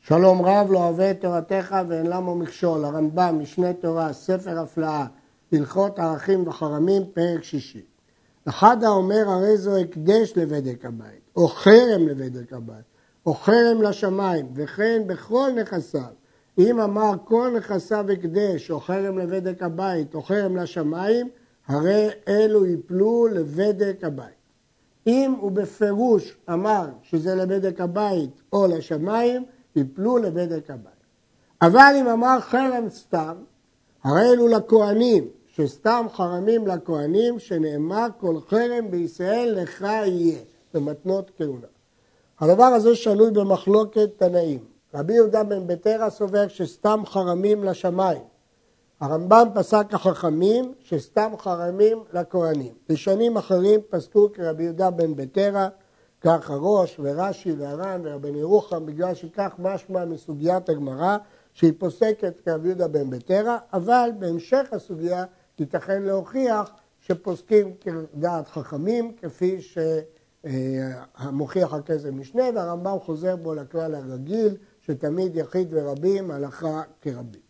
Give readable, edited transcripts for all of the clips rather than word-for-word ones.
שלום רב לא אוהב את תורתך ואין למו מכשול. הרמב"ם, משנה תורה, ספר הפלאה, הלכות ערכים וחרמים, פרק שישי. אחד האומר הרי זו הקדש לבדק הבית, או חרם לבדק הבית, או חרם לשמיים, וכן בכל נכסיו. אם אמר כל נכסיו הקדש, או חרם לבדק הבית, או חרם לשמיים, הרי אלו יפלו לבדק הבית. אם הוא בפירוש אמר שזה לבדק הבית או לשמיים, יפלו לבדק הבית. אבל אם אמר חרם סתם, הרי אלו לכהנים, שסתם חרמים לכהנים, שנאמר כל חרם בישראל לך יהיה, במתנות כהונה. הדבר הזה שנוי במחלוקת תנאים. רבי יהודה בן ביתרא סובר שסתם חרמים לשמיים. הרמב"ם פסק החכמים שסתם חרמים לכהנים. ראשונים אחרים פסקו כרבי יהודה בן ביתרא, כך הראש ורש"י והר"ן ורבן ירוחם, בגלל שכך משמע מסוגיית הגמרא, שהיא פוסקת כרבי יהודה בן ביתרא, אבל בהמשך הסוגיה ייתכן להוכיח שפוסקים כדעת חכמים, כפי שמוכיח הכסף משנה, והרמב"ם חוזר בו לכלל הרגיל, שתמיד יחיד ורבים, הלכה כרבים.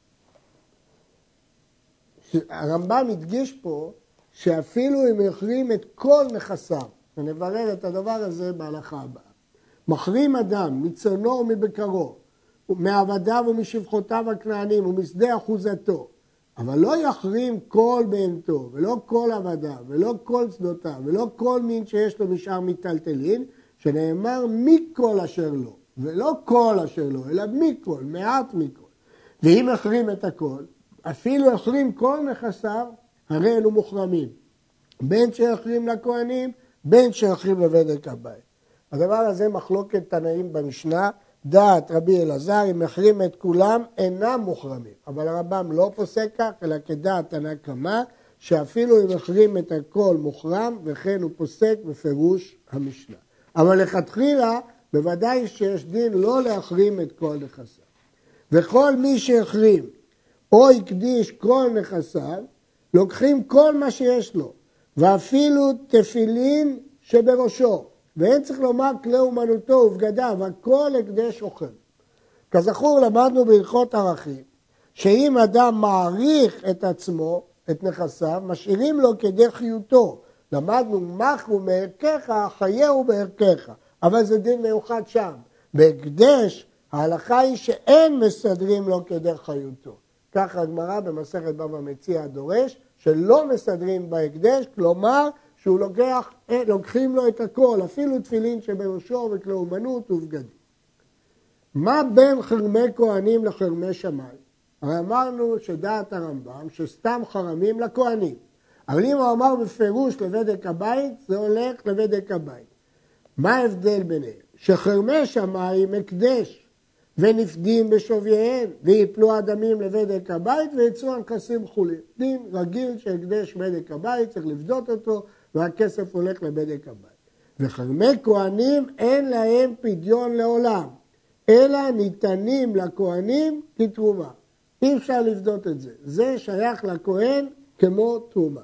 הרמב"ם הדגיש פה שאפילו אם יחרים את כל נכסיו, ונברר את הדבר הזה בהלכה הבאה. מחרים אדם מצונו ומבקרו, מעבדיו ומשפחותיו הכנענים ומשדה אחוזתו, אבל לא יחרים כל בהמתו, ולא כל עבדיו, ולא כל שדותיו, ולא כל מין שיש לו משאר מיטלטלין, שנאמר מכל אשר לו, ולא כל אשר לו, אלא מכל, מעט מכל. ואם יחרים את הכל, אפילו יחרים כל נכסיו, הרי אלו מוחרמים. בין שיחרים לכהנים, בין שיחרים לבדק הבית. הדבר הזה מחלוקת תנאים במשנה, דעת רבי אלעזר, אם יחרים את כולם אינם מוחרמים. אבל הרמב"ם לא פוסק כך, אלא כדעת תנא קמא, שאפילו אם יחרים את הכל מוחרם, וכן הוא פוסק בפירוש המשנה. אבל לכתחילה, בוודאי שיש דין לא להחרים את כל נכסיו. וכל מי שיחרים או הקדיש כל נכסיו, לוקחים כל מה שיש לו. ואפילו תפילין שבראשו, ואין צריך לומר כלי אומנותו ובגדיו, הכל הקדש אוכל. כזכור למדנו בהלכות ערכים, שאם אדם מעריך את עצמו, את נכסיו, משאירים לו כדי חיותו. למדנו מחו מערכך, חייהו בערכך, אבל זה דין מיוחד שם. בהקדש, ההלכה היא שאין מסדרים לו כדי חיותו. כך הגמרא במסכת בבא מציעא דורש, שלא מסדרים בהקדש, כלומר שהוא לוקחים לו את הכל, אפילו תפילין שבראשו וכלי אומנות ובגדים. מה בין חרמי כהנים לחרמי שמיים? הרי אמרנו שדעת הרמב"ם שסתם חרמים לכהנים, אבל אם הוא אמר בפירוש לבדק הבית, זה הולך לבדק הבית. מה ההבדל ביניהם? שחרמי שמיים הקדש, ונפדים בשווייהם, ויפלו אדמים לבדק הבית, ויצאו הנכסים חולים. דין רגיל שהקדש בדק הבית, צריך לבדות אותו, והכסף הולך לבדק הבית. וחרמי כהנים אין להם פדיון לעולם, אלא ניתנים לכהנים כתרומה. אי אפשר לבדות את זה. זה שייך לכהן כמו תרומה.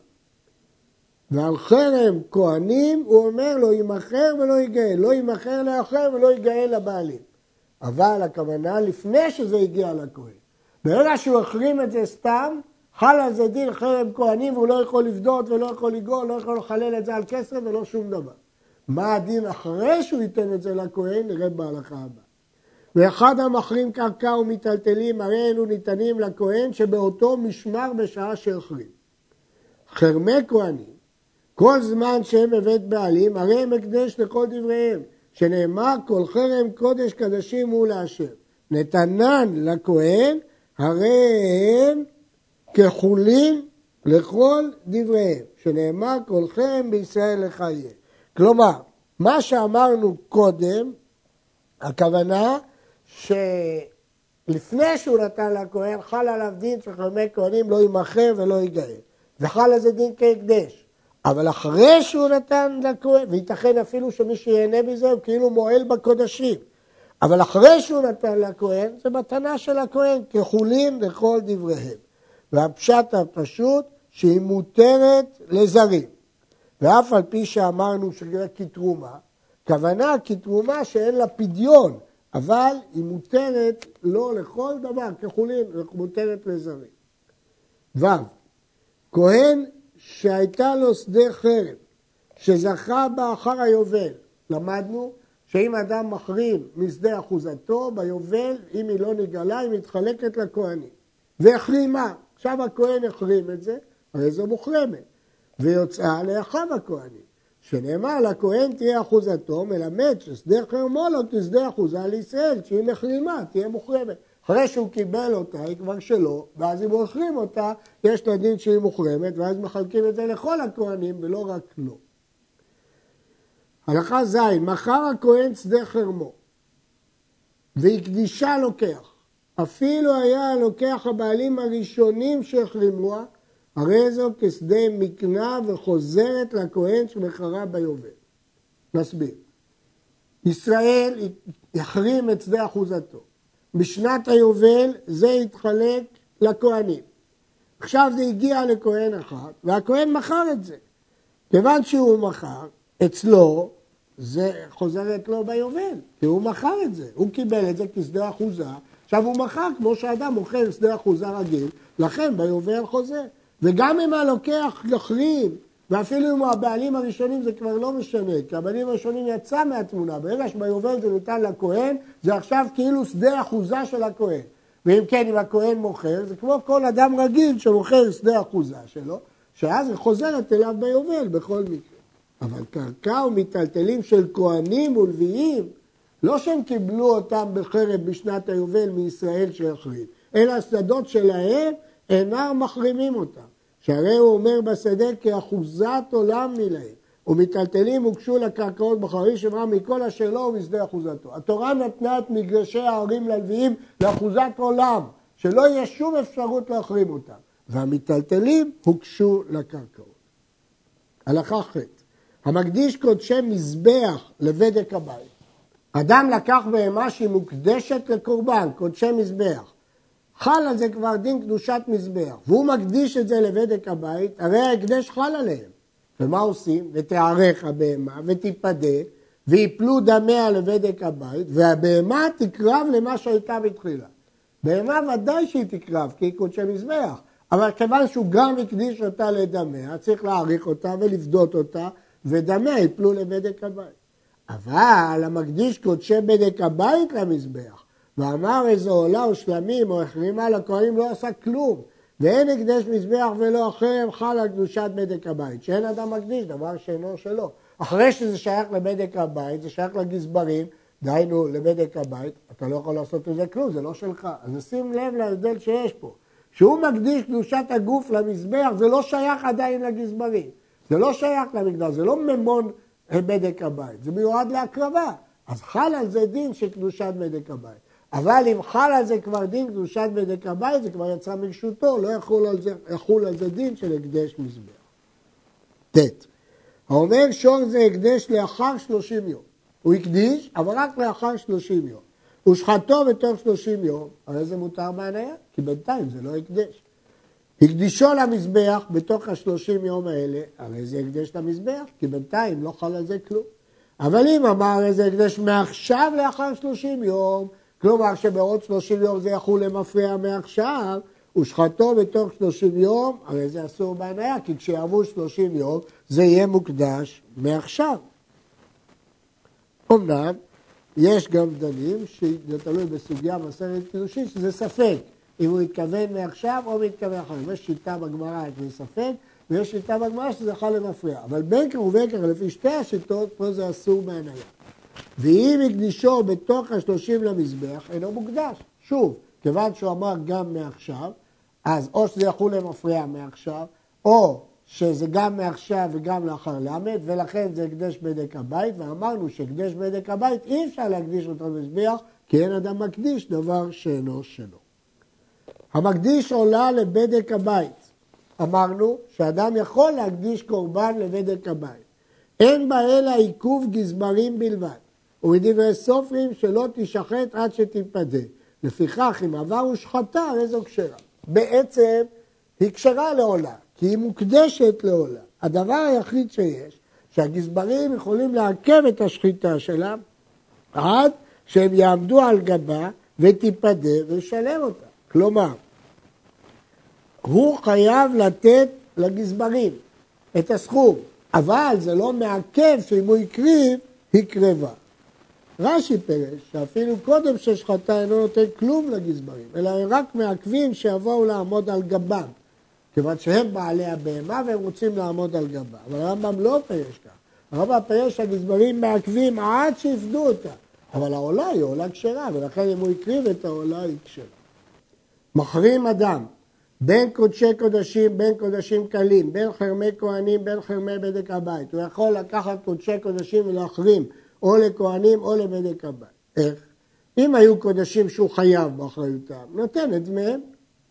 ועל חרם כהנים הוא אומר לא יימכר ולא ייגאל, לא יימכר לאחר ולא ייגאל לבעלים. אבל הכוונה לפני שזה הגיע לכהן. ברגע שהוא החרים את זה סתם, חל על זה דין חרם כהנים והוא לא יכול לבדות ולא יכול לגאול, לא יכול לחלל את זה על כסף ולא שום דבר. מה הדין אחרי שהוא ייתן את זה לכהן? נראה בהלכה הבאה. ואחד המחרים קרקע ומיטלטלים, הרי אלו ניתנים לכהן שבאותו משמר בשעה שהחרים. חרמי כהנים, כל זמן שהם בבית בעלים, הרי הם הקדש לכל דבריהם. שנאמר כל חרם קודש קדשים הוא להשם. נתנן לכהן, הרי הם כחולין לכל דבריהם. שנאמר כל חרם בישראל לך יהיה. כלומר, מה שאמרנו קודם, הכוונה שלפני שהוא נתן לכהן, חל עליו דין שחרמי כהנים לא יימכר ולא ייגאל. וחל על זה דין כהקדש. אבל אחרי שהוא נתן לכהן, וייתכן אפילו שמי שיהנה בזה הוא כאילו מועל בקודשים, אבל אחרי שהוא נתן לכהן, זה מתנה של הכהן, כחולין לכל דבריהם. והפשט הפשוט שהיא מותרת לזרים. ואף על פי שאמרנו שזה כתרומה, כוונה כתרומה שאין לה פדיון, אבל היא מותרת לא לכל דבר, כחולין, מותרת לזרים. ו' כהן שהייתה לו שדה חרב, שזכה בה אחר היובל, למדנו שאם אדם מחרים משדה אחוזתו, ביובל, אם היא לא נגלה, היא מתחלקת לכהנים. והחרימה, עכשיו הכהן החרים את זה, הרי זו מוחרמת, ויוצאה לאחיו הכהנים. שנאמר לכהן תהיה אחוזתו, מלמד ששדה חרמו לא תשדה אחוזה לישראל, שהיא מחרימה, תהיה מוחרמת. אחרי שהוא קיבל אותה, היא כבר שלו, ואז אם הוא החרים אותה, יש לה דין שהיא מוחרמת, ואז מחלקים את זה לכל הכהנים, ולא רק לו. הלכה ז' מכר הכהן שדה חרמו, והקדישה לוקח. אפילו היה לוקח הבעלים הראשונים שהחרימוה, הרי זו כשדה מקנה וחוזרת לכהן שמכרה ביובל. נסביר. ישראל יחרים את שדה אחוזתו. בשנת היובל זה יתחלק לכהנים. עכשיו זה הגיע לכהן אחד, והכהן מכר את זה. כיוון שהוא מכר, אצלו זה חוזרת לו ביובל, כי הוא מכר את זה. הוא קיבל את זה כשדה אחוזה, עכשיו הוא מכר כמו שאדם מוכר שדה אחוזה רגיל, לכן ביובל חוזר. וגם אם הלוקח יחרים, ואפילו אם הבעלים הראשונים זה כבר לא משנה, כי הבעלים הראשונים יצא מהתמונה, ברגע שביובל זה ניתן לכהן, זה עכשיו כאילו שדה אחוזה של הכהן. ואם כן, אם הכהן מוכר, זה כמו כל אדם רגיל שמוכר שדה אחוזה שלו, שאז היא חוזרת אליו ביובל בכל מקרה. אבל קרקע ומיטלטלים של כהנים ולוויים, לא שהם קיבלו אותם בחרב בשנת היובל מישראל שיחרים, אלא השדות שלהם אינם מחרימים אותם. שהרי הוא אומר בשדה כאחוזת עולם מלהם, ומיטלטלים הוגשו לקרקעות בחריש אמרה מכל אשר לו ומשדה אחוזתו. התורה נתנה את מגרשי הערים ללוויים לאחוזת עולם, שלא יהיה שום אפשרות להחרים אותם. והמיטלטלים הוגשו לקרקעות. הלכה ח' המקדיש קודשי מזבח לבדק הבית. אדם לקח בהמה שהיא מוקדשת לקורבן, קודשי מזבח. חל על זה כבר דין קדושת מזבח, והוא מקדיש את זה לבדק הבית, הרי ההקדש חל עליהם. ומה עושים? ותערך הבהמה ותיפדה, ויפלו דמיה לבדק הבית, והבהמה תקרב למה שהייתה בתחילה. בהמה ודאי שהיא תקרב, כי היא קודשי מזבח, אבל כיוון שהוא גם הקדיש אותה לדמיה, צריך להעריך אותה ולפדות אותה, ודמיה יפלו לבדק הבית. אבל המקדיש קודשי בדק הבית למזבח, ואמר איזו עולה או שלמים או החרימה לכהנים לא עשה כלום, ואין הקדש מזבח ולא החרם חל על קדושת בדק הבית, שאין אדם מקדיש דבר שאינו שלו. אחרי שזה שייך לבדק הבית, זה שייך לגזברים, דהיינו לבדק הבית, אתה לא יכול לעשות את זה כלום, זה לא שלך. אז נשים לב להבדל שיש פה. שהוא מקדיש קדושת הגוף למזבח, זה לא שייך עדיין לגזברים. זה לא שייך למקדש, זה לא ממון בדק הבית, זה מיועד להקרבה. אז חל על זה דין של קדושת בדק הבית. אבל אם חל על זה כבר דין קדושת בדק הבית, זה כבר יצא מרשותו, לא יחול על זה דין של הקדש מזבח. ט' האומר שור זה הקדש לאחר 30 יום. הוא הקדיש, אבל רק לאחר 30 יום. ושחטו בתוך 30 יום, הרי זה מותר בהניה, כי בינתיים זה לא הקדש. הקדישו למזבח בתוך ה-30 יום האלה, הרי זה הקדש למזבח, כי בינתיים לא חל על זה כלום. אבל אם אמר איזה הקדש מעכשיו לאחר 30 יום, כלומר שבעוד 30 יום זה יחול למפריע מעכשיו, ושחטו בתוך 30 יום, הרי זה אסור בהניה, כי כשיעברו 30 יום זה יהיה מוקדש מעכשיו. אמנם, יש גם דנים שזה תלוי בסוגיה מסכת קידושין, שזה ספק, אם הוא התכוון מעכשיו או מתכוון אחר. יש שיטה בגמרא זה ספק, ויש שיטה בגמרא שזה חל למפריע. אבל בין כך ובין כך, לפי שתי השיטות, פה זה אסור בהניה. ואם הקדישו בתוך 30 למזבח, אינו מוקדש. שוב, כיוון שהוא אמר גם מעכשיו, אז או שזה יחול למפריע מעכשיו, או שזה גם מעכשיו וגם לאחר למד, ולכן זה הקדש בדק הבית, ואמרנו שהקדש בדק הבית אי אפשר להקדיש אותו למזבח, כי אין אדם מקדיש דבר שאינו שלו. המקדיש עולה לבדק הבית. אמרנו שאדם יכול להקדיש קורבן לבדק הבית. אין בה אלא עיכוב גזברים בלבד. ובדברי סופרים שלא תשחט עד שתיפדה. לפיכך אם עבר ושחטה, הרי זו כשרה. בעצם היא כשרה לעולה, כי היא מוקדשת לעולה. הדבר היחיד שיש, שהגזברים יכולים לעכב את השחיטה שלה, עד שהם יעמדו על גבה ותיפדה וישלם אותה. כלומר, הוא חייב לתת לגזברים את הסכום, אבל זה לא מעכב שאם הוא יקריב, היא קרבה. רש"י פירש שאפילו קודם ששחטה אינו נותן כלום לגזברים, אלא הם רק מעכבים שיבואו לעמוד על גבם, כיוון שהם בעלי הבהמה והם רוצים לעמוד על גבה. אבל הרמב"ם לא פירש כך. הרמב"ם פירש שהגזברים מעכבים עד שיפדו אותה. אבל העולה היא עולה כשרה, ולכן אם הוא יקריב את העולה היא כשרה. מחרים אדם, בין קודשי קודשים, בין קודשים קלים, בין חרמי כהנים, בין חרמי בדק הבית. הוא יכול לקחת קודשי קודשים ולהחרים, או לכהנים או לבדק הבית. איך? אם היו קודשים שהוא חייב באחריותם, נותן את דמיהם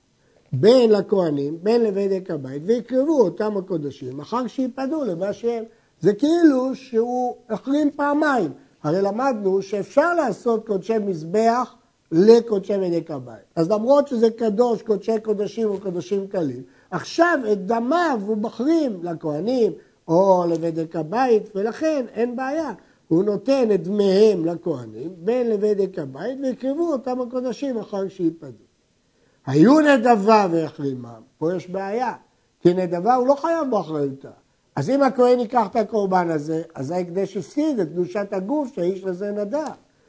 בין לכהנים, בין לבדק הבית, ויקרבו אותם הקודשים, אחר שיפדו למה שהם. זה כאילו שהוא החרים פעמיים. הרי למדנו שאפשר לעשות קודשי מזבח לקודשי בדק הבית. אז למרות שזה קדוש, קודשי קודשים וקודשים קלים, עכשיו את דמיו הוא מחרים לכהנים או לבדק הבית, ולכן אין בעיה. הוא נותן את דמיהם לכהנים, בין לבדק הבית, ויקרבו אותם הקודשים אחר שיפדו. היו נדבה והחרימם, פה יש בעיה, כי נדבה הוא לא חייב באחריותה. אז אם הכהן ייקח את הקורבן הזה, אז ההקדש הפסיד את קדושת הגוף שהאיש לזה נדב.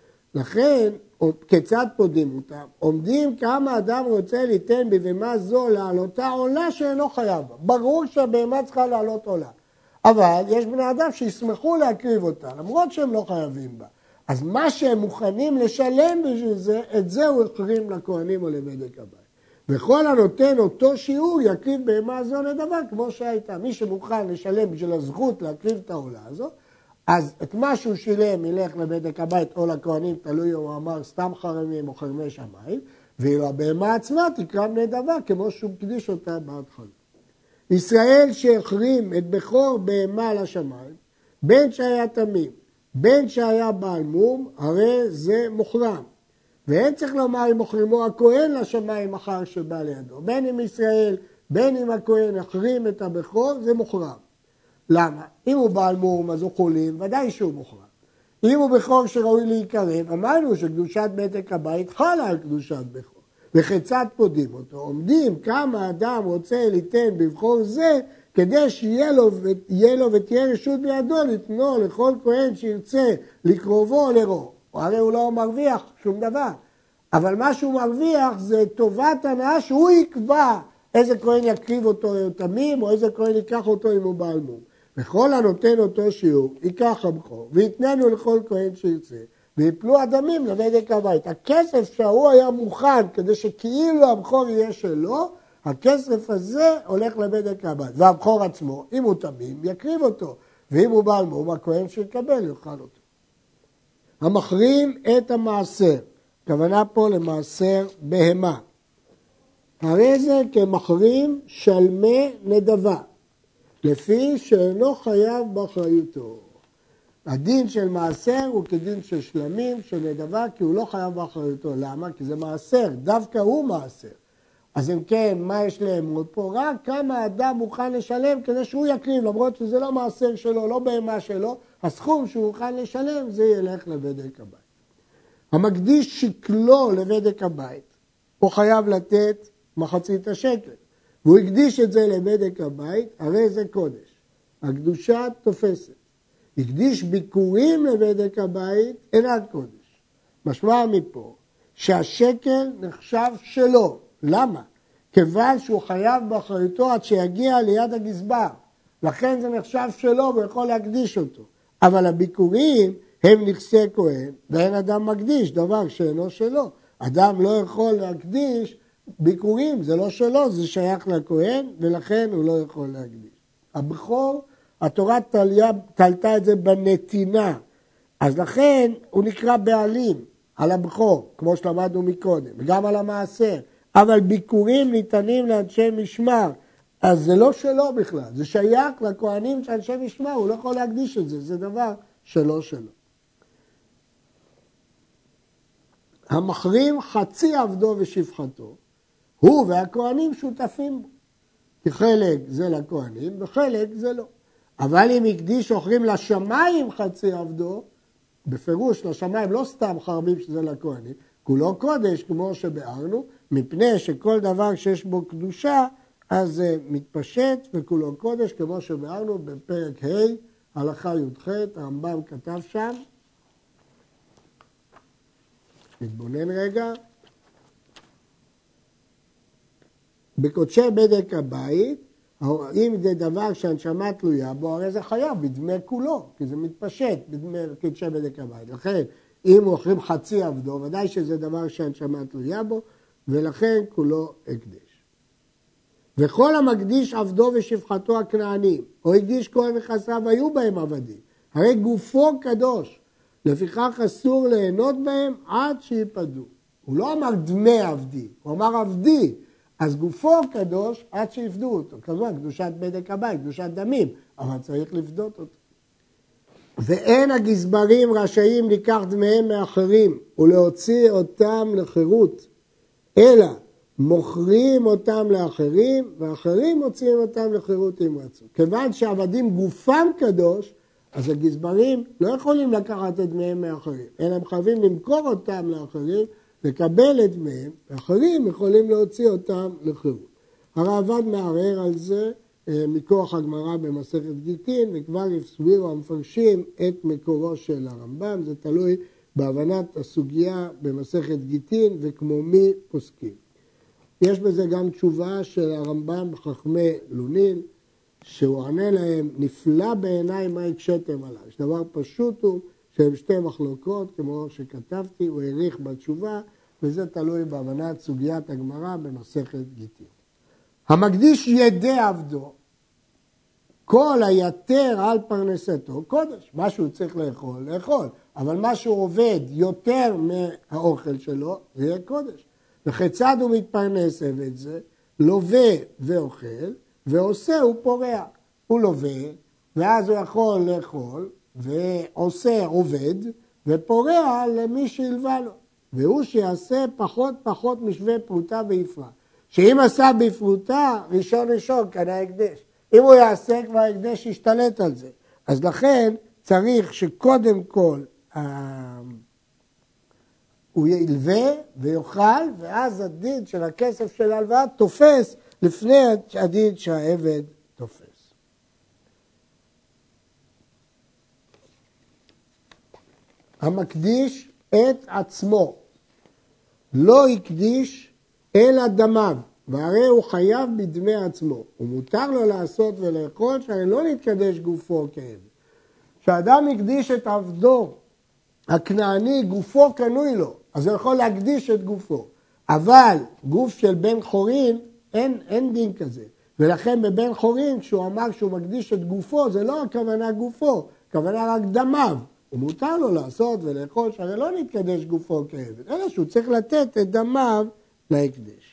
לכן, כיצד פודים אותם? עומדים כמה אדם רוצה ליתן בבהמה זו לעלותה עולה שאינו חייב בה. ברור שהבהמה צריכה לעלות עולה. אבל יש בני אדם שישמחו להקריב אותה, למרות שהם לא חייבים בה. אז מה שהם מוכנים לשלם בשביל זה, את זה הוא יקריב לכהנים או לבדק הבית. וכל הנותן אותו שיעור יקריב בהמה זו נדבה כמו שהייתה. מי שמוכן לשלם בשביל הזכות להקריב את העולה הזו, אז את מה שהוא שילם ילך לבדק הבית או לכהנים, תלוי הוא אמר סתם חרמים או חרמי שמיים, ואילו הבהמה עצמה תקרב נדבה כמו שהוא קדיש אותה בהתחלה. ישראל שהחרים את בכור בהמה לשמיים, בין שהיה תמים, בין שהיה בעל מום, הרי זה מוחרם. ואין צריך לומר אם מוחרמו הכהן לשמיים אחר שבא לידו. בין אם ישראל, בין אם הכהן החרים את הבכור, זה מוחרם. למה? אם הוא בעל מום, אז הוא חולים, ודאי שהוא מוחרם. אם הוא בכור שראוי להיקרב, אמרנו שקדושת בדק הבית חלה על קדושת בכור. וכיצד פודים אותו? עומדים כמה אדם רוצה ליתן בבכור זה, כדי שיהיה לו ותהיה רשות בידו לתנו לכל כהן שירצה לקרובו או לרוב. הרי הוא לא מרוויח שום דבר. אבל מה שהוא מרוויח זה טובת הנאה שהוא יקבע איזה כהן יקריב אותו תמים, או איזה כהן ייקח אותו אם הוא בעל מום. וכל הנותן אותו שיעור, ייקח הבכור, ויתננו לכל כהן שירצה, ויפלו הדמים לבדק הבית. הכסף שהוא היה מוכן כדי שכאילו הבכור יהיה שלו, הכסף הזה הולך לבדק הבית. והבכור עצמו, אם הוא תמים, יקריב אותו. ואם הוא בעל מום, הכהן שיקבל יאכל אותו. המחרים את המעשר, הכוונה פה למעשר בהמה. הרי זה כמחרים שלמי נדבה, לפי שאינו חייב באחריותו. הדין של מעשר הוא כדין של שלמים, של נדבה, כי הוא לא חייב באחריותו. למה? כי זה מעשר, דווקא הוא מעשר. אז אם כן, מה יש לאמוד פה? רק כמה אדם מוכן לשלם כדי שהוא יקריב, למרות שזה לא מעשר שלו, לא בהמה שלו, הסכום שהוא מוכן לשלם זה ילך לבדק הבית. המקדיש שקלו לבדק הבית, הוא חייב לתת מחצית השקל, והוא הקדיש את זה לבדק הבית, הרי זה קודש. הקדושה תופסת. הקדיש ביקורים לבדק הבית, אינה קודש. משמע מפה שהשקל נחשב שלו. למה? כיוון שהוא חייב באחריותו עד שיגיע ליד הגזבר. לכן זה נחשב שלו ויכול להקדיש אותו. אבל הביקורים הם נכסי כהן, ואין אדם מקדיש, דבר שאינו שלו. אדם לא יכול להקדיש ביקורים, זה לא שלו, זה שייך לכהן, ולכן הוא לא יכול להקדיש. הבכור, התורה תלתה את זה בנתינה, אז לכן הוא נקרא בעלים על הבכור, כמו שלמדנו מקודם, וגם על המעשר. אבל ביקורים ניתנים לאנשי משמר, אז זה לא שלו בכלל, זה שייך לכהנים של אנשי משמר, הוא לא יכול להקדיש את זה, זה דבר שלא שלו. המחרים חצי עבדו ושפחתו, הוא והכהנים שותפים בו, כי חלק זה לכהנים וחלק זה לא. אבל אם הקדיש אוכלים לשמיים חצי עבדו, בפירוש לשמיים לא סתם חרבים שזה לכהנים, כולו קודש כמו שבארנו, מפני שכל דבר שיש בו קדושה, אז זה מתפשט וכולו קודש כמו שבארנו בפרק ה' הלכה י"ח, הרמב"ם כתב שם. נתבונן רגע. בקודשי בדק הבית, אם זה דבר שהנשמה תלויה בו, הרי זה חייב בדמי כולו, כי זה מתפשט בדמי קודשי בדק הבית. לכן, אם אוכלים חצי עבדו, ודאי שזה דבר שהנשמה תלויה בו, ולכן כולו הקדש. וכל המקדיש עבדו ושפחתו הכנענים, או הקדיש כהן וחסריו, היו בהם עבדים. הרי גופו קדוש, לפיכך אסור ליהנות בהם עד שיפדו. הוא לא אמר דמי עבדי, הוא אמר עבדי. אז גופו קדוש עד שיפדו אותו. כמובן, קדושת בדק הבית, קדושת דמים, אבל צריך לפדות אותו. ואין הגזברים רשאים לקח דמיהם מאחרים ולהוציא אותם לחירות, אלא מוכרים אותם לאחרים, ואחרים מוציאים אותם לחירות אם רצו. כיוון שהעבדים גופם קדוש, אז הגזברים לא יכולים לקחת את דמיהם מאחרים, אלא הם חייבים למכור אותם לאחרים, לקבל את דמיהם, ואחרים יכולים להוציא אותם לחירות. הרעב"ד מערער על זה מכוח הגמרא במסכת גיטין, וכבר הסבירו המפרשים את מקורו של הרמב"ם, זה תלוי בהבנת הסוגיה במסכת גיטין וכמו מי פוסקים. יש בזה גם תשובה של הרמב"ם בחכמי לונין, שהוא ענה להם, נפלא בעיניי מה הקשתם עליו. יש דבר פשוט הוא שהם שתי מחלוקות, כמו שכתבתי, הוא העריך בתשובה, וזה תלוי בהבנת סוגיית הגמרא במסכת גיטין. המקדיש ידי עבדו, כל היתר על פרנסתו, קודש. מה שהוא צריך לאכול, לאכול. אבל מה שהוא עובד יותר מהאוכל שלו, זה יהיה קודש. וכיצד הוא מתפרנס את זה? לווה ואוכל, ועושה הוא פורע. הוא לווה, ואז הוא יכול לאכול, ועושה עובד, ופורע למי שילווה לו. והוא שיעשה פחות משווה פרוטה ויפרע. שאם עשה בפרוטה, ראשון קנה הקדש. אם הוא יעשה כבר הקדש ישתלט על זה. אז לכן צריך שקודם כל הוא ילווה ויאכל, ואז הדין של הכסף של ההלוואה תופס לפני הדין שהעבד תופס. המקדיש את עצמו, לא הקדיש אלא דמיו, והרי הוא חייב בדמי עצמו. ומותר לו לעשות ולאכול, שהרי לא נתקדש גופו כעבד. כשאדם הקדיש את עבדו, הכנעני, גופו קנוי לו, אז הוא יכול להקדיש את גופו. אבל גוף של בן חורין, אין דין כזה. ולכן בבן חורין, כשהוא אמר שהוא מקדיש את גופו, זה לא הכוונה גופו, הכוונה רק דמיו. ומותר לו לעשות ולאכול, שהרי לא נתקדש גופו כעבד, אלא שהוא צריך לתת את דמיו להקדש.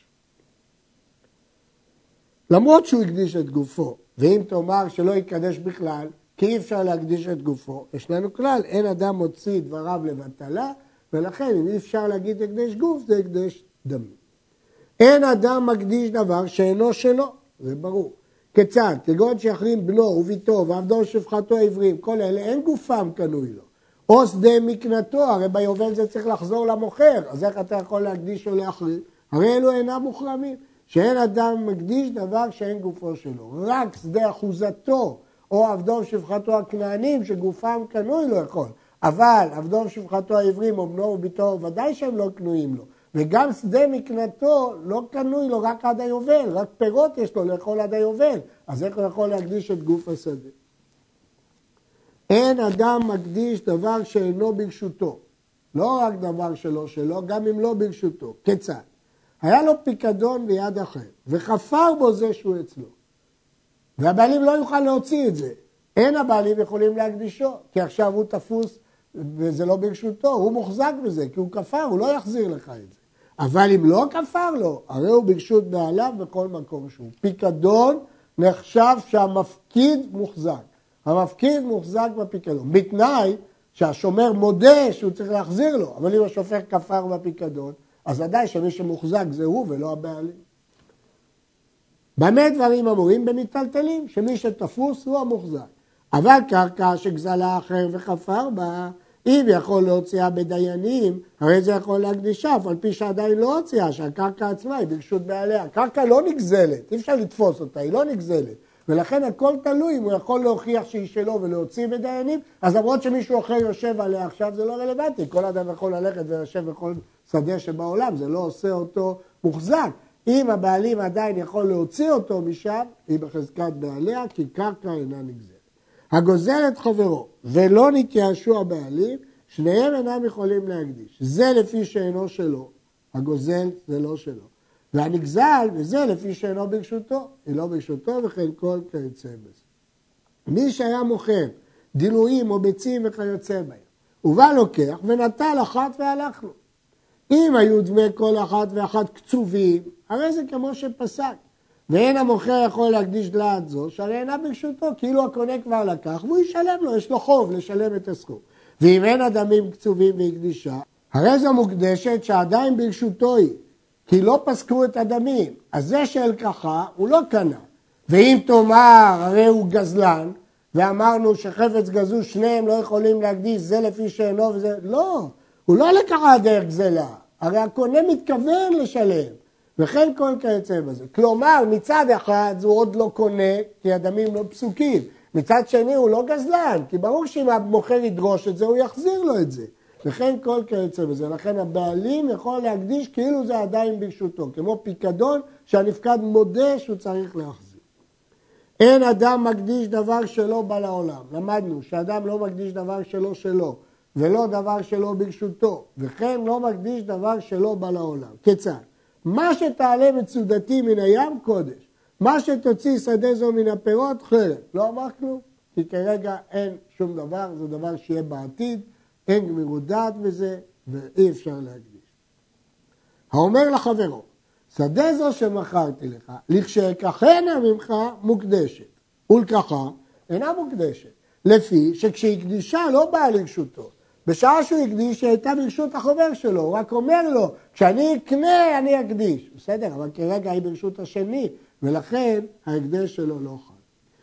למרות שהוא הקדיש את גופו, ואם תאמר שלא יקדש בכלל, כי אי אפשר להקדיש את גופו, יש לנו כלל, אין אדם מוציא דבריו לבטלה, ולכן אם אי אפשר להגיד הקדש גוף, זה הקדש דמים. אין אדם מקדיש דבר שאינו שלו, זה ברור. כיצד? כגון שיחרים בנו וביתו ועבדו שפחתו העברים, כל אלה אין גופם קנוי לו. או שדה מקנתו, הרי ביובל זה צריך לחזור למוכר, אז איך אתה יכול להקדיש או להחרים? הרי אלו אינם מוחרמים. שאין אדם מקדיש דבר שאין גופו שלו. רק שדה אחוזתו או עבדו שפחתו הכנענים שגופם קנוי לו יכול. אבל עבדו שפחתו העברים או בנו וביתו ודאי שהם לא קנויים לו. וגם שדה מקנתו לא קנוי לו רק עד היובל, רק פירות יש לו לאכול עד היובל. אז איך הוא יכול להקדיש את גוף השדה? אין אדם מקדיש דבר שאינו ברשותו. לא רק דבר שלו, גם אם לא ברשותו. כיצד? היה לו פיקדון ביד אחר, וחפר בו זה שהוא אצלו. והבעלים לא יוכל להוציא את זה. אין הבעלים יכולים להקדישו, כי עכשיו הוא תפוס וזה לא ברשותו, הוא מוחזק בזה, כי הוא כפר, הוא לא יחזיר לך את זה. אבל אם לא כפר לו, הרי הוא ברשות בעליו בכל מקום שהוא. פיקדון נחשב שהמפקיד מוחזק. המפקיד מוחזק בפיקדון. בתנאי שהשומר מודה שהוא צריך להחזיר לו, אבל אם השופר כפר בפיקדון, אז ודאי שמי שמוחזק זה הוא ולא הבעלים. במה דברים אמורים? במטלטלים, שמי שתפוס הוא המוחזק. אבל קרקע שגזלה אחר וכפר בה, אם יכול להוציאה בדיינים, הרי זה יכול להקדישה, אף על פי שעדיין לא הוציאה, שהקרקע עצמה היא ברשות בעליה. הקרקע לא נגזלת, אי אפשר לתפוס אותה, היא לא נגזלת. ולכן הכל תלוי, אם הוא יכול להוכיח שהיא שלו ולהוציא בדיינים, אז למרות שמישהו אחר יושב עליה עכשיו, זה לא רלוונטי. כל אדם יכול ללכת ולשב בכל שדה שבעולם, זה לא עושה אותו מוחזק. אם הבעלים עדיין יכול להוציא אותו משם, היא בחזקת בעליה, כי קרקע אינה נגזלת. הגוזל את חברו ולא נתייאשו הבעלים, שניהם אינם יכולים להקדיש. זה לפי שאינו שלו, הגוזל זה לא שלו. והנגזל, וזה לפי שאינו ברשותו, היא לא ברשותו וכן כל כיוצא בזה. מי שהיה מוכר דילויים או ביצים וכיוצא בהם, ובא לוקח ונטל אחת והלך לו. אם היו דמי כל אחת ואחת קצובים, הרי זה כמו שפסק. ואין המוכר יכול להקדיש דלת זו, שהרי אינה ברשותו, כאילו הקונה כבר לקח, והוא ישלם לו, יש לו חוב לשלם את הסכום. ואם אין הדמים קצובים והקדישה, הרי זו מוקדשת שעדיין ברשותו היא, כי לא פסקו את הדמים. אז זה שהלקחה הוא לא קנה. ואם תאמר, הרי הוא גזלן, ואמרנו שחפץ גזול שניהם לא יכולים להקדיש, זה לפי שאינו וזה, לא, הוא לא לקחה דרך גזלה, הרי הקונה מתכוון לשלם. וכן כל כיוצא בזה. כלומר, מצד אחד הוא עוד לא קונה, כי הדמים לא פסוקים. מצד שני הוא לא גזלן, כי ברור שאם המוכר ידרוש את זה, הוא יחזיר לו את זה. וכן כל כיוצא בזה. לכן הבעלים יכול להקדיש כאילו זה עדיין ברשותו, כמו פיקדון שהנפקד מודה שהוא צריך להחזיר. אין אדם מקדיש דבר שלא בא לעולם. למדנו שאדם לא מקדיש דבר שלו, ולא דבר שלא ברשותו. וכן לא מקדיש דבר שלא בא לעולם. כיצד? מה שתעלה מצודתי מן הים קודש, מה שתוציא שדה זו מן הפירות חרב. לא אמר כלום, כי כרגע אין שום דבר, זה דבר שיהיה בעתיד, אין גמירות דעת בזה, ואי אפשר להקדיש. האומר לחברו, שדה זו שמכרתי לך, לכשאקחנה ממך מוקדשת, ולקחה אינה מוקדשת, לפי שכשהקדישה לא באה לרשותו, בשעה שהוא הקדיש, היא הייתה ברשות החובר שלו, הוא רק אומר לו, כשאני אקנה, אני אקדיש. בסדר, אבל כרגע היא ברשות השני, ולכן ההקדש שלו לא חל.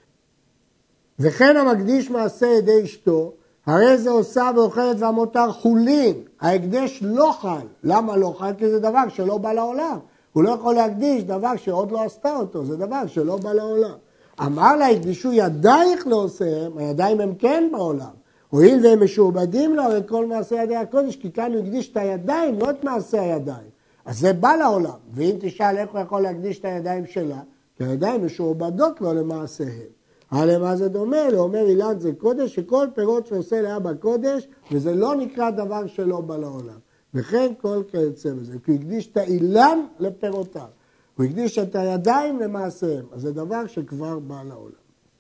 וכן המקדיש מעשה ידי אשתו, הרי זה עושה ואוכלת והמותר חולין, ההקדש לא חל. למה לא חל? כי זה דבר שלא בא לעולם. הוא לא יכול להקדיש דבר שעוד לא עשתה אותו, זה דבר שלא בא לעולם. אמר לה, הקדישו ידייך לעושיהם, הידיים הם כן בעולם. הואיל והם משועבדים לו, הרי כל מעשה ידי הקודש, כי כאן הוא הקדיש את הידיים, לא את מעשה הידיים. אז זה בא לעולם, ואם תשאל איך הוא יכול להקדיש את הידיים שלה, כי הידיים משועבדות לו למעשיהם. למה זה דומה? לאומר אילן זה קודש, שכל פירות שעושה לאבא קודש, וזה לא נקרא דבר שלא בא לעולם. וכן כל כיוצא בזה, כי הוא הקדיש את האילן לפירותיו. הוא הקדיש את הידיים למעשיהם, אז זה דבר שכבר בא לעולם.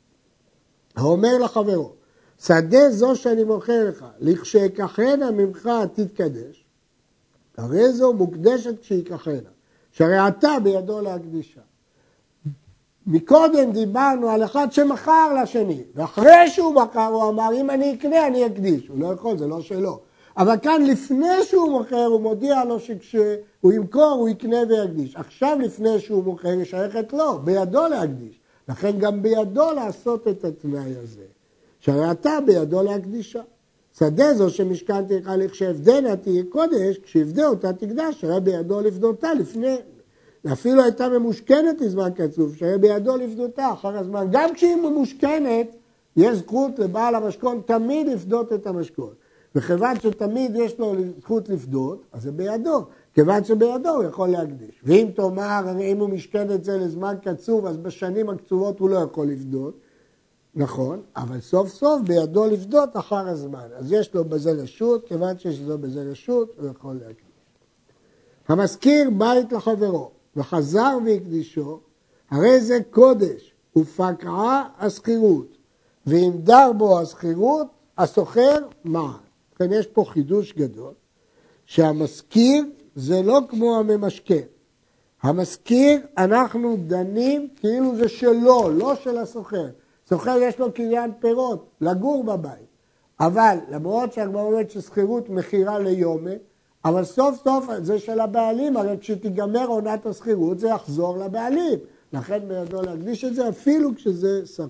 האומר לחברו, שדה זו שאני מוכר לך, לכשאקחנה ממך תתקדש, הרי זו מוקדשת כשיקחנה, שהרי אתה בידו להקדישה. מקודם דיברנו על אחד שמכר לשני, ואחרי שהוא מכר הוא אמר, אם אני אקנה אני אקדיש, הוא לא יכול, זה לא שלו. אבל כאן לפני שהוא מוכר הוא מודיע לו שכשהוא ימכור הוא יקנה ויקדיש. עכשיו לפני שהוא מוכר היא שייכת לו, בידו להקדיש. לכן גם בידו לעשות את התנאי הזה. שהרי אתה בידו להקדישה. שדה זו שמשכנתי לך לכשהפדנה תהיה קודש, כשהפדה אותה תקדש, שהרי בידו לפדותה לפני, אפילו הייתה ממושכנת לזמן קצוב, שהרי בידו לפדותה אחר הזמן. גם כשהיא ממושכנת, יש זכות לבעל המשכון תמיד לפדות את המשכון. וכיוון שתמיד יש לו זכות לפדות, אז זה בידו. כיוון שבידו הוא יכול להקדיש. ואם תאמר, אם הוא משכן את זה לזמן קצוב, אז בשנים הקצובות הוא לא יכול לפדות. נכון, אבל סוף סוף בידו לפדות אחר הזמן. אז יש לו בזה רשות, כיוון שיש לו בזה רשות, הוא יכול להקדיש. המשכיר בית לחברו, וחזר והקדישו, הרי זה קודש, ופקעה השכירות, ואם דר בו השכירות, הסוחר מעל. כאן יש פה חידוש גדול, שהמשכיר זה לא כמו הממשכן. המשכיר אנחנו דנים כאילו זה שלו, לא של הסוחר. סוחר יש לו קניין פירות, לגור בבית. אבל למרות שהגמרא אומרת ששכירות מכירה ליומה, אבל סוף סוף זה של הבעלים, הרי כשתיגמר עונת השכירות זה יחזור לבעלים. לכן בידו להקדיש את זה אפילו כשזה שכור.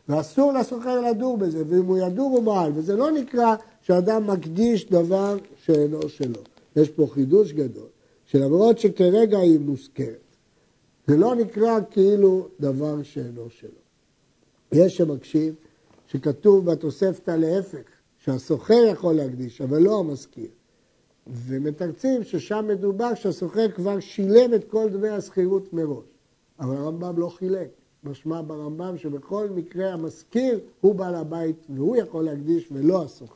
ואסור לסוחר לדור בזה, ואם הוא ידור הוא מעל, וזה לא נקרא שאדם מקדיש דבר שאינו שלו. יש פה חידוש גדול, שלמרות שכרגע היא מוזכרת, זה לא נקרא כאילו דבר שאינו שלו. יש שמקשיב שכתוב בתוספתא להפך, שהסוחר יכול להקדיש, אבל לא המשכיר. ומתרצים ששם מדובר שהסוחר כבר שילם את כל דמי השכירות מראש. אבל הרמב"ם לא חילק. משמע ברמב"ם שבכל מקרה המשכיר הוא בעל הבית והוא יכול להקדיש ולא הסוחר.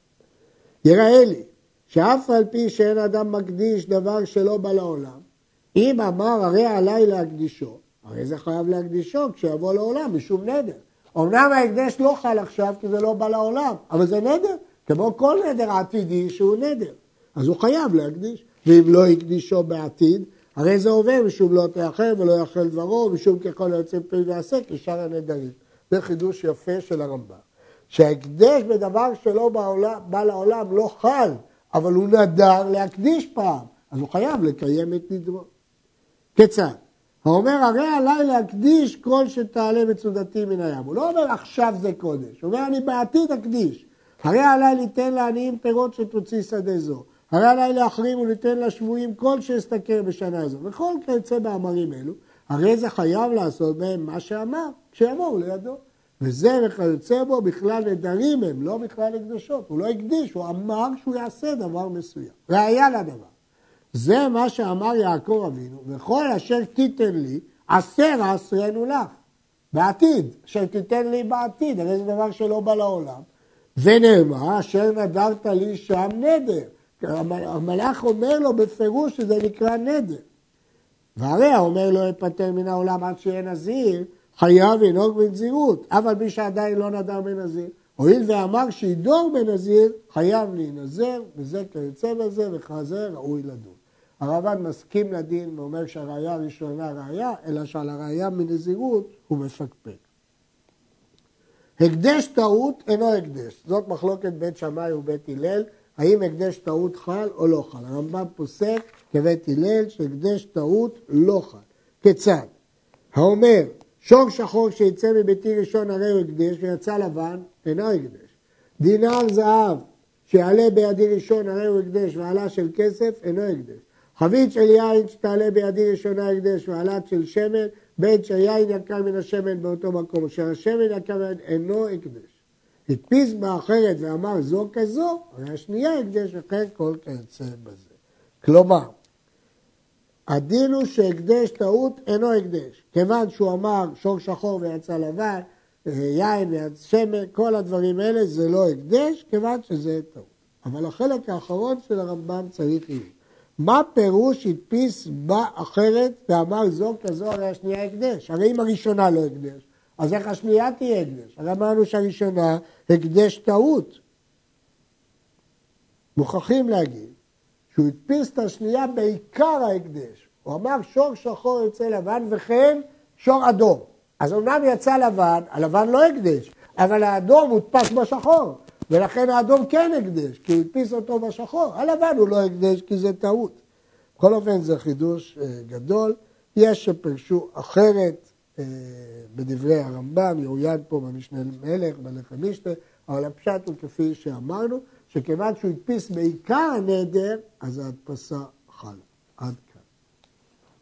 יראה לי שאף על פי שאין אדם מקדיש דבר שלא בא לעולם, אם אמר הרי עליי להקדישו, הרי זה חייב להקדישו כשיבוא לעולם משום נדר. אמנם ההקדש לא חל עכשיו כי זה לא בא לעולם, אבל זה נדר, כמו כל נדר עתידי שהוא נדר. אז הוא חייב להקדיש, ואם לא יקדישו בעתיד, הרי זה עובר משום לא תאחר ולא יאכל דברו, משום ככל היוצא פרי ועשה כשאר הנדרים. זה חידוש יפה של הרמב"ם. שההקדש בדבר שלא בא לעולם לא חל, אבל הוא נדר להקדיש פעם, אז הוא חייב לקיים את נדרו. כיצד? האומר, הרי עליי להקדיש כל שתעלה מצודתי מן הים. הוא לא אומר עכשיו זה קודש, הוא אומר אני בעתיד אקדיש. הרי עליי ליתן לעניים פירות שתוציא שדה זו. הרי עליי להחרים וליתן לשבויים כל שהסתכר בשנה זו. וכל כיוצא באמרים אלו, הרי זה חייב לעשות בהם מה שאמר, כשיבואו לידו. וזה וכיוצא בו בכלל נדרים הם, לא בכלל הקדשות. הוא לא הקדיש, הוא אמר שהוא יעשה דבר מסוים. ראיה לדבר. זה מה שאמר יעקב אבינו, וכל אשר תיתן לי, 10 עשרנו לך. בעתיד, אשר תיתן לי בעתיד, הרי זה דבר שלא בא לעולם. ונאמר, אשר נדרת לי שם נדר. המלאך אומר לו בפירוש שזה נקרא נדר. והרי האומר לא יפטר מן העולם עד שיהיה נזיר, חייב לנהוג בנזירות, אבל מי שעדיין לא נדר בנזיר. הואיל ואמר שידור בנזיר, חייב להינזר, וזה כיוצא בזה, וכזה ראוי לדון. הרמב"ן מסכים לדין ואומר שהראיה הראשונה ראיה, אלא שעל הראיה מנזירות הוא מפקפק. הקדש טעות אינו הקדש. זאת מחלוקת בית שמאי ובית הלל, האם הקדש טעות חל או לא חל. הרמב"ם פוסק כבית הלל שהקדש טעות לא חל. כיצד? האומר, שור שחור שיצא מביתי ראשון הרי הוא הקדש ויצא לבן אינו הקדש. דינר זהב שיעלה בידי ראשון הרי הוא הקדש ועלה של כסף אינו הקדש. חבית של יין שתעלה בידי ראשונה הקדש ועלת של שמן, בין שהיין יקר מן השמן באותו מקום, שהשמן יקר מן אינו הקדש. הדפיס באחרת ואמר זו כזו, הרי השנייה הקדש וכן כל כיוצא בזה. כלומר, הדין הוא שהקדש טעות אינו הקדש. כיוון שהוא אמר שור שחור ויצא לבן, יין ויצא שמן, כל הדברים האלה זה לא הקדש, כיוון שזה טעות. אבל החלק האחרון של הרמב"ם צריך להיות. מה פירוש הדפיס באחרת ואמר זו כזו, הרי השנייה הקדש? הרי אם הראשונה לא הקדש, אז איך השנייה תהיה הקדש? הרי אמרנו שהראשונה הקדש טעות. מוכרחים להגיד שהוא הדפיס את השנייה בעיקר ההקדש. הוא אמר שור שחור יצא לבן וכן שור אדום. אז אומנם יצא לבן, הלבן לא הקדש, אבל האדום הודפס בשחור. ולכן האדום כן הקדש, כי הוא הדפיס אותו בשחור. הלבן הוא לא הקדש כי זה טעות. בכל אופן זה חידוש גדול. יש שפרשו אחרת בדברי הרמב"ם, יעוין פה במשנה למלך, בלחם משנה, אבל הפשט הוא כפי שאמרנו, שכיוון שהוא הדפיס בעיקר הנדר, אז ההדפסה חלה. עד